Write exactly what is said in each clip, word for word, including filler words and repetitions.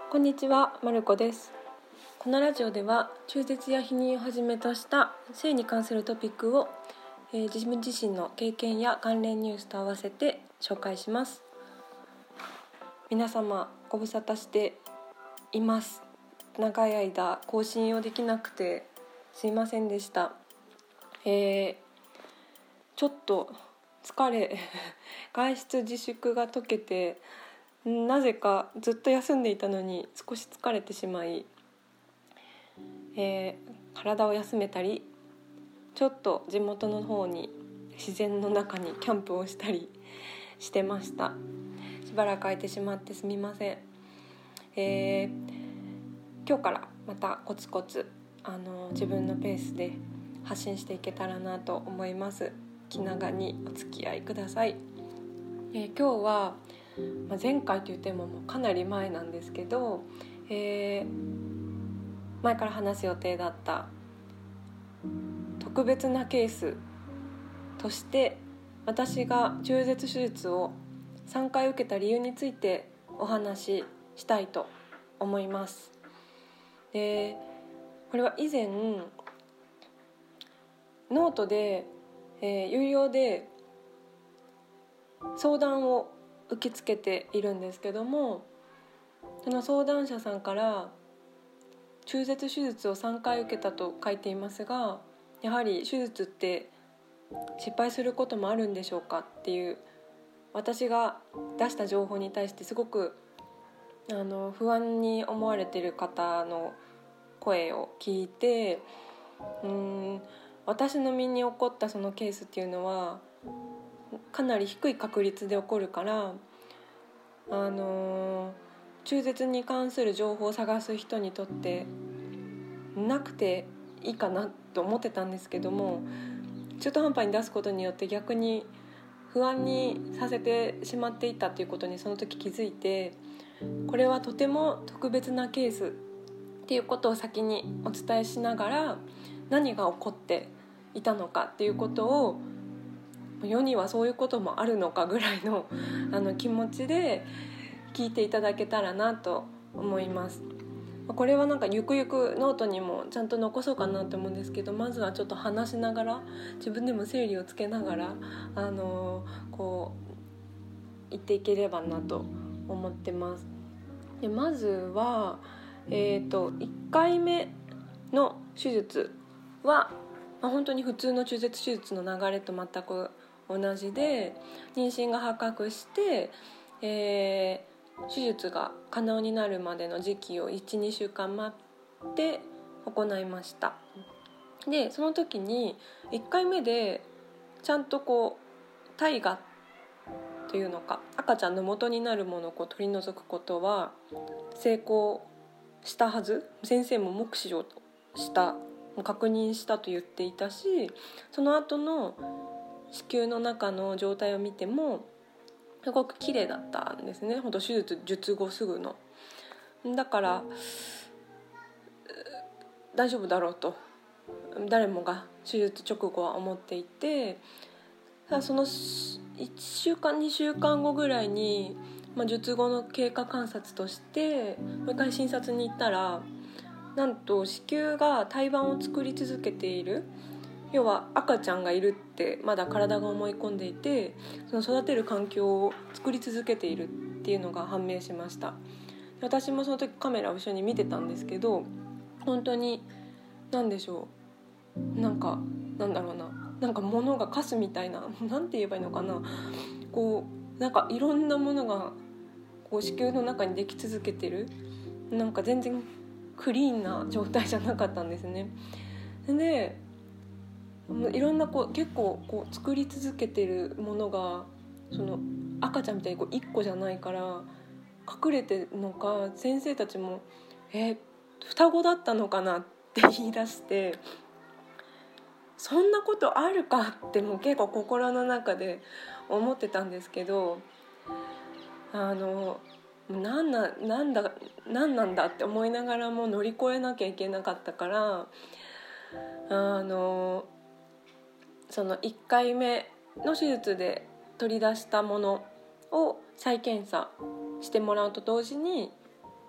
こんにちは、まるこです。このラジオでは中絶や避妊をはじめとした性に関するトピックを、えー、自分自身の経験や関連ニュースと合わせて紹介します。皆様ご無沙汰しています。長い間更新をできなくてすいませんでした。えー、ちょっと疲れ外出自粛が解けてなぜかずっと休んでいたのに少し疲れてしまい、えー、体を休めたりちょっと地元の方に自然の中にキャンプをしたりしてました。しばらく空いてしまってすみません。えー、今日からまたコツコツあの自分のペースで発信していけたらなと思います。気長にお付き合いください。えー、今日はまあ、前回というテーマもかなり前なんですけど、えー、前から話す予定だった特別なケースとして私が中絶手術をさんかい受けた理由についてお話ししたいと思います。でこれは以前ノートで、えー、有料で相談を受け付けているんですけども、その相談者さんから中絶手術をさんかい受けたと書いていますが、やはり手術って失敗することもあるんでしょうかっていう私が出した情報に対してすごくあの不安に思われている方の声を聞いて、うーん私の身に起こったそのケースっていうのはかなり低い確率で起こるから、あのー、中絶に関する情報を探す人にとってなくていいかなと思ってたんですけども、中途半端に出すことによって逆に不安にさせてしまっていたということにその時気づいて、これはとても特別なケースっていうことを先にお伝えしながら、何が起こっていたのかっていうことを、世にはそういうこともあるのかぐらいの、あの気持ちで聞いていただけたらなと思います。これはなんかゆくゆくノートにもちゃんと残そうかなと思うんですけど、まずはちょっと話しながら自分でも整理をつけながらあのこう言っていければなと思ってます。でまずは、えーと、いっかいめの手術は、まあ、本当に普通の中絶手術の流れと全く同じで、妊娠が発覚して、えー、手術が可能になるまでの時期を いち,に 週間待って行いました。でその時にいっかいめでちゃんとこう体外というのか赤ちゃんの元になるものをこう取り除くことは成功したはず、先生も目視をした確認したと言っていたし、その後の子宮の中の状態を見てもすごく綺麗だったんですね。ほんと手術術後すぐのだから大丈夫だろうと誰もが手術直後は思っていて、そのいっしゅうかんにしゅうかんごぐらいに、まあ、術後の経過観察としてもう一回診察に行ったら、なんと子宮が胎盤を作り続けている、要は赤ちゃんがいるってまだ体が思い込んでいて、その育てる環境を作り続けているっていうのが判明しました。私もその時カメラを一緒に見てたんですけど、本当に何でしょう、なんかなんだろうななんか物がカスみたいな、なんて言えばいいのかな、こうなんかいろんなものがこう子宮の中にでき続けてる、なんか全然クリーンな状態じゃなかったんですね。でいろんなこう結構こう作り続けてるものがその赤ちゃんみたいにこういっこじゃないから隠れてるのか、先生たちもえ双子だったのかなって言い出して、そんなことあるかってもう結構心の中で思ってたんですけど、あのなんな、なんだ、なんなんだって思いながらも乗り越えなきゃいけなかったから、あのそのいっかいめの手術で取り出したものを再検査してもらうと同時に、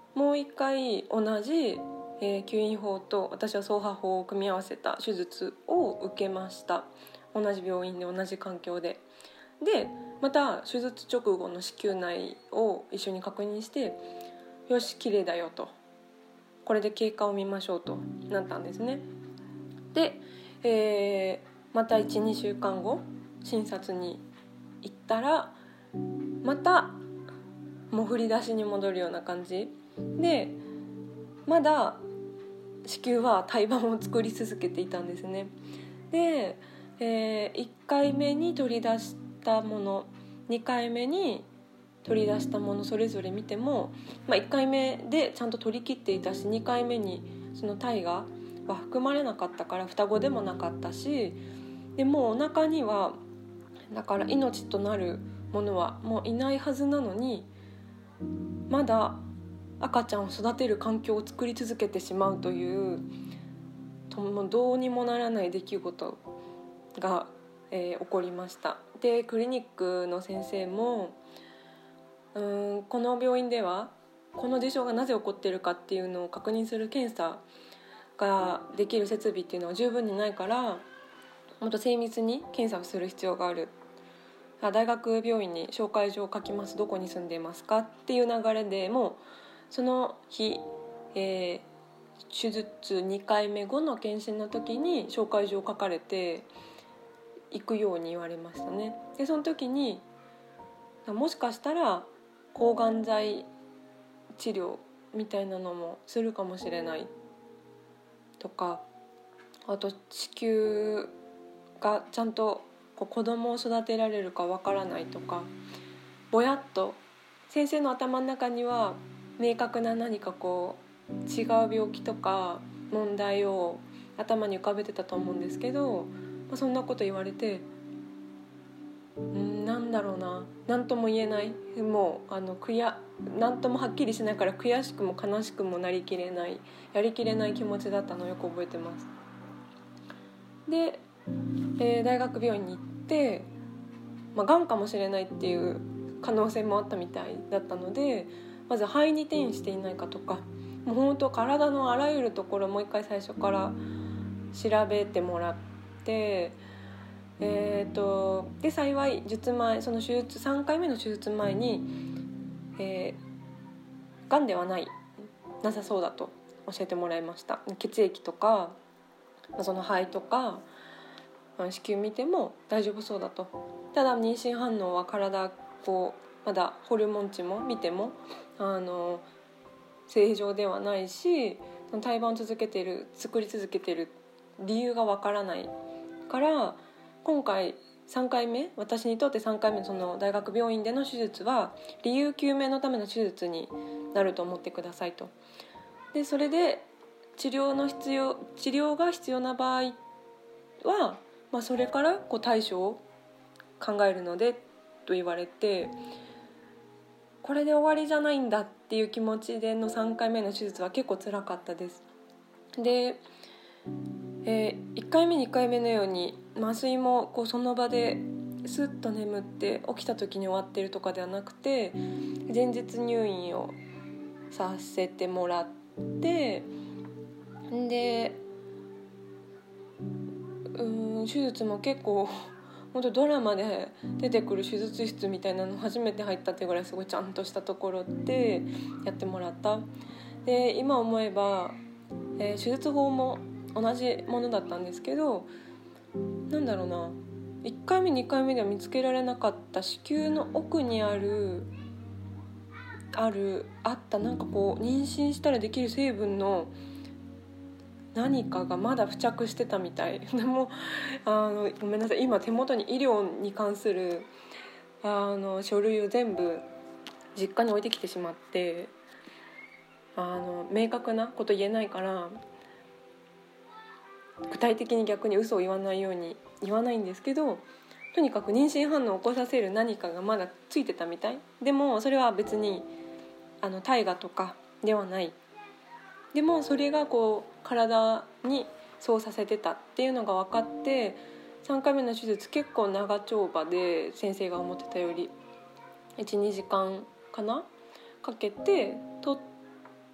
もう一回同じ、えー、吸引法と私は掻爬法を組み合わせた手術を受けました。同じ病院で同じ環境で。でまた手術直後の子宮内を一緒に確認して、よし綺麗だよと、これで経過を見ましょうとなったんですね。で、えー、また いち,に 週間後診察に行ったら、またもう振り出しに戻るような感じで、まだ子宮は胎盤を作り続けていたんですね。で、えー、いっかいめに取り出したもの、にかいめに取り出したものそれぞれ見ても、まあ、いっかいめでちゃんと取り切っていたし、にかいめにその胎がは含まれなかったから双子でもなかったし、でもうお腹にはだから命となるものはもういないはずなのに、まだ赤ちゃんを育てる環境を作り続けてしまうというともうどうにもならない出来事が、えー、起こりました。でクリニックの先生もうーんこの病院ではこの事象がなぜ起こっているかっていうのを確認する検査ができる設備っていうのは十分にないから、もっと精密に検査をする必要がある。大学病院に紹介状を書きます、どこに住んでいますかっていう流れで、もうその日、えー、手術にかいめ後の検診の時に紹介状を書かれて行くように言われましたね。でその時にもしかしたら抗がん剤治療みたいなのもするかもしれないとか、あと子宮がちゃんとこう子供を育てられるかわからないとか、ぼやっと先生の頭の中には明確な何かこう違う病気とか問題を頭に浮かべてたと思うんですけど、まあ、そんなこと言われて、んなんだろうな、なんとも言えない、もうあの悔やなんともはっきりしないから悔しくも悲しくもなりきれない、やりきれない気持ちだったのをよく覚えてます。で、えー、大学病院に行って、まあ、がんかもしれないっていう可能性もあったみたいだったので、まず肺に転移していないかとか、もう本当体のあらゆるところをもう一回最初から調べてもらって、えー、とで幸い術前その手術さんかいめの手術前に、えー、がんではないなさそうだと教えてもらいました。血液とかその肺とか子宮見ても大丈夫そうだと。ただ妊娠反応は体こうまだホルモン値も見てもあの正常ではないし、胎盤を続けている作り続けている理由がわからないから、今回さんかいめ、私にとってさんかいめのその大学病院での手術は理由究明のための手術になると思ってくださいと。でそれで治療の必要治療が必要な場合は、まあ、それからこう対処を考えるのでと言われて、これで終わりじゃないんだっていう気持ちでのさんかいめの手術は結構辛かったです。で、えー、いっかいめにかいめのように麻酔もこうその場でスッと眠って起きた時に終わってるとかではなくて、前日入院をさせてもらって、でうーん手術も結構本当ドラマで出てくる手術室みたいなの初めて入ったっていうぐらいすごいちゃんとしたところでやってもらった。で今思えば、えー、手術法も同じものだったんですけど、なんだろうな、いっかいめにかいめでは見つけられなかった子宮の奥にあるあるあったなんかこう妊娠したらできる成分の何かがまだ付着してたみたい。でもあのごめんなさい、今手元に医療に関するあの書類を全部実家に置いてきてしまって、あの明確なこと言えないから具体的に逆に嘘を言わないように言わないんですけど、とにかく妊娠反応を起こさせる何かがまだついてたみたい。でもそれは別にあの大河とかではない。でもそれがこう体にそうさせてたっていうのが分かって、さんかいめの手術結構長丁場で先生が思ってたより いち,に 時間かなかけて取っ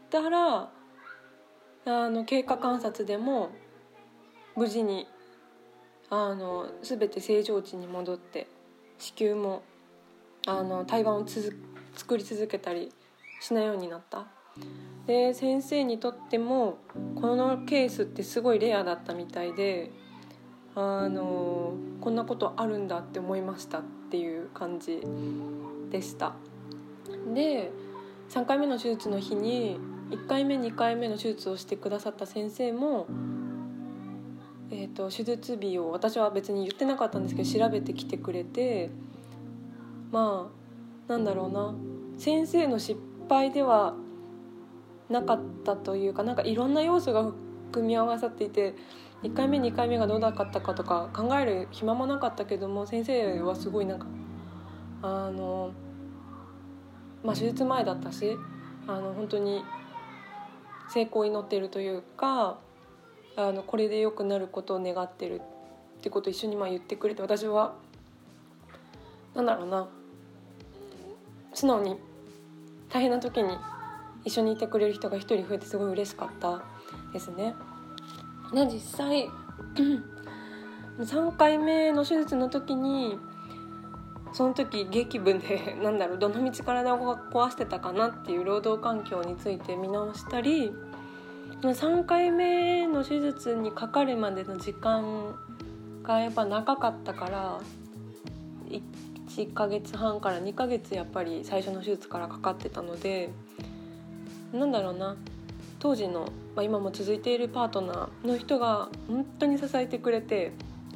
たらあの経過観察でも無事にあの全て正常値に戻って子宮もあの胎盤をつづ作り続けたりしないようになった。で先生にとってもこのケースってすごいレアだったみたいで、あのこんなことあるんだって思いましたっていう感じでした。でさんかいめの手術の日にいっかいめにかいめの手術をしてくださった先生も、えーと、手術日を私は別に言ってなかったんですけど調べてきてくれて、まあなんだろうな、先生の失敗ではなかったというか、なんかいろんな要素が組み合わさっていて、いっかいめにかいめがどうだったかとか考える暇もなかったけども、先生はすごいなんかあのまあ手術前だったし、あの本当に成功を祈っているというか、あのこれで良くなることを願ってるってことを一緒にまあ言ってくれて、私はなんだろうな、素直に大変な時に一緒にいてくれる人が一人増えてすごい嬉しかったですね。で実際さんかいめの手術の時にその時激分でなんだろうどの道体を壊してたかなっていう労働環境について見直したり、さんかいめの手術にかかるまでの時間がやっぱ長かったからいっかげつはんからにかげつやっぱり最初の手術からかかってたので、なんだろうな、当時の、まあ、今も続いているパートナーの人が本当に支えてくれて、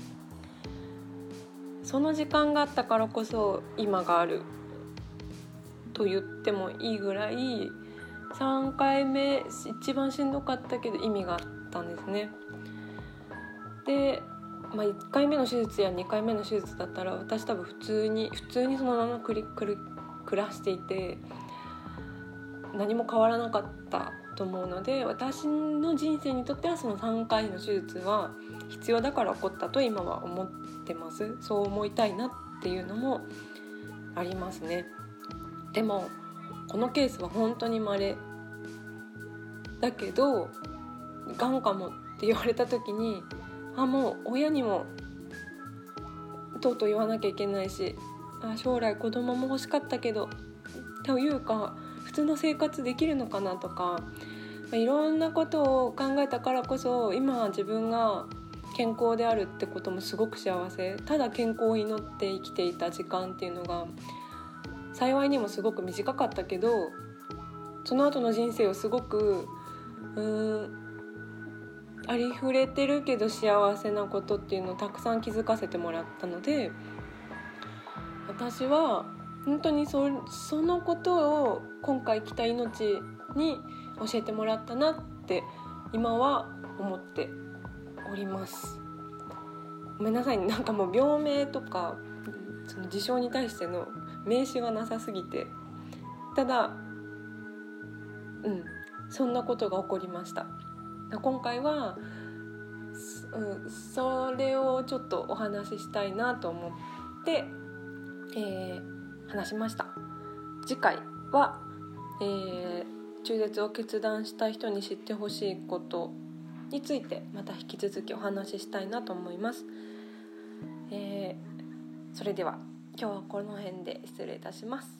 その時間があったからこそ今があると言ってもいいぐらい、さんかいめ一番しんどかったけど意味があったんですね。で、まあ、いっかいめの手術やにかいめの手術だったら私多分普通に普通にそのまま暮らしていて何も変わらなかったと思うので、私の人生にとってはそのさんかいの手術は必要だから起こったと今は思ってます。そう思いたいなっていうのもありますね。でもこのケースは本当に稀だけど、がんかもって言われた時に、あもう親にもとうとう言わなきゃいけないし、あ将来子供も欲しかったけどというか普通の生活できるのかなとか、いろんなことを考えたからこそ今自分が健康であるってこともすごく幸せ。ただ健康を祈って生きていた時間っていうのが幸いにもすごく短かったけど、その後の人生をすごくうーんありふれてるけど幸せなことっていうのをたくさん気づかせてもらったので、私は本当に そ, そのことを今回来た命に教えてもらったなって今は思っております。ごめんなさい、なんかもう病名とかその事象に対しての名詞がなさすぎて、ただうんそんなことが起こりました。今回は、うん、それをちょっとお話ししたいなと思って、えー、話しました。次回は、えー、中絶を決断した人に知ってほしいことについてまた引き続きお話ししたいなと思います。えー、それでは今日はこの辺で失礼いたします。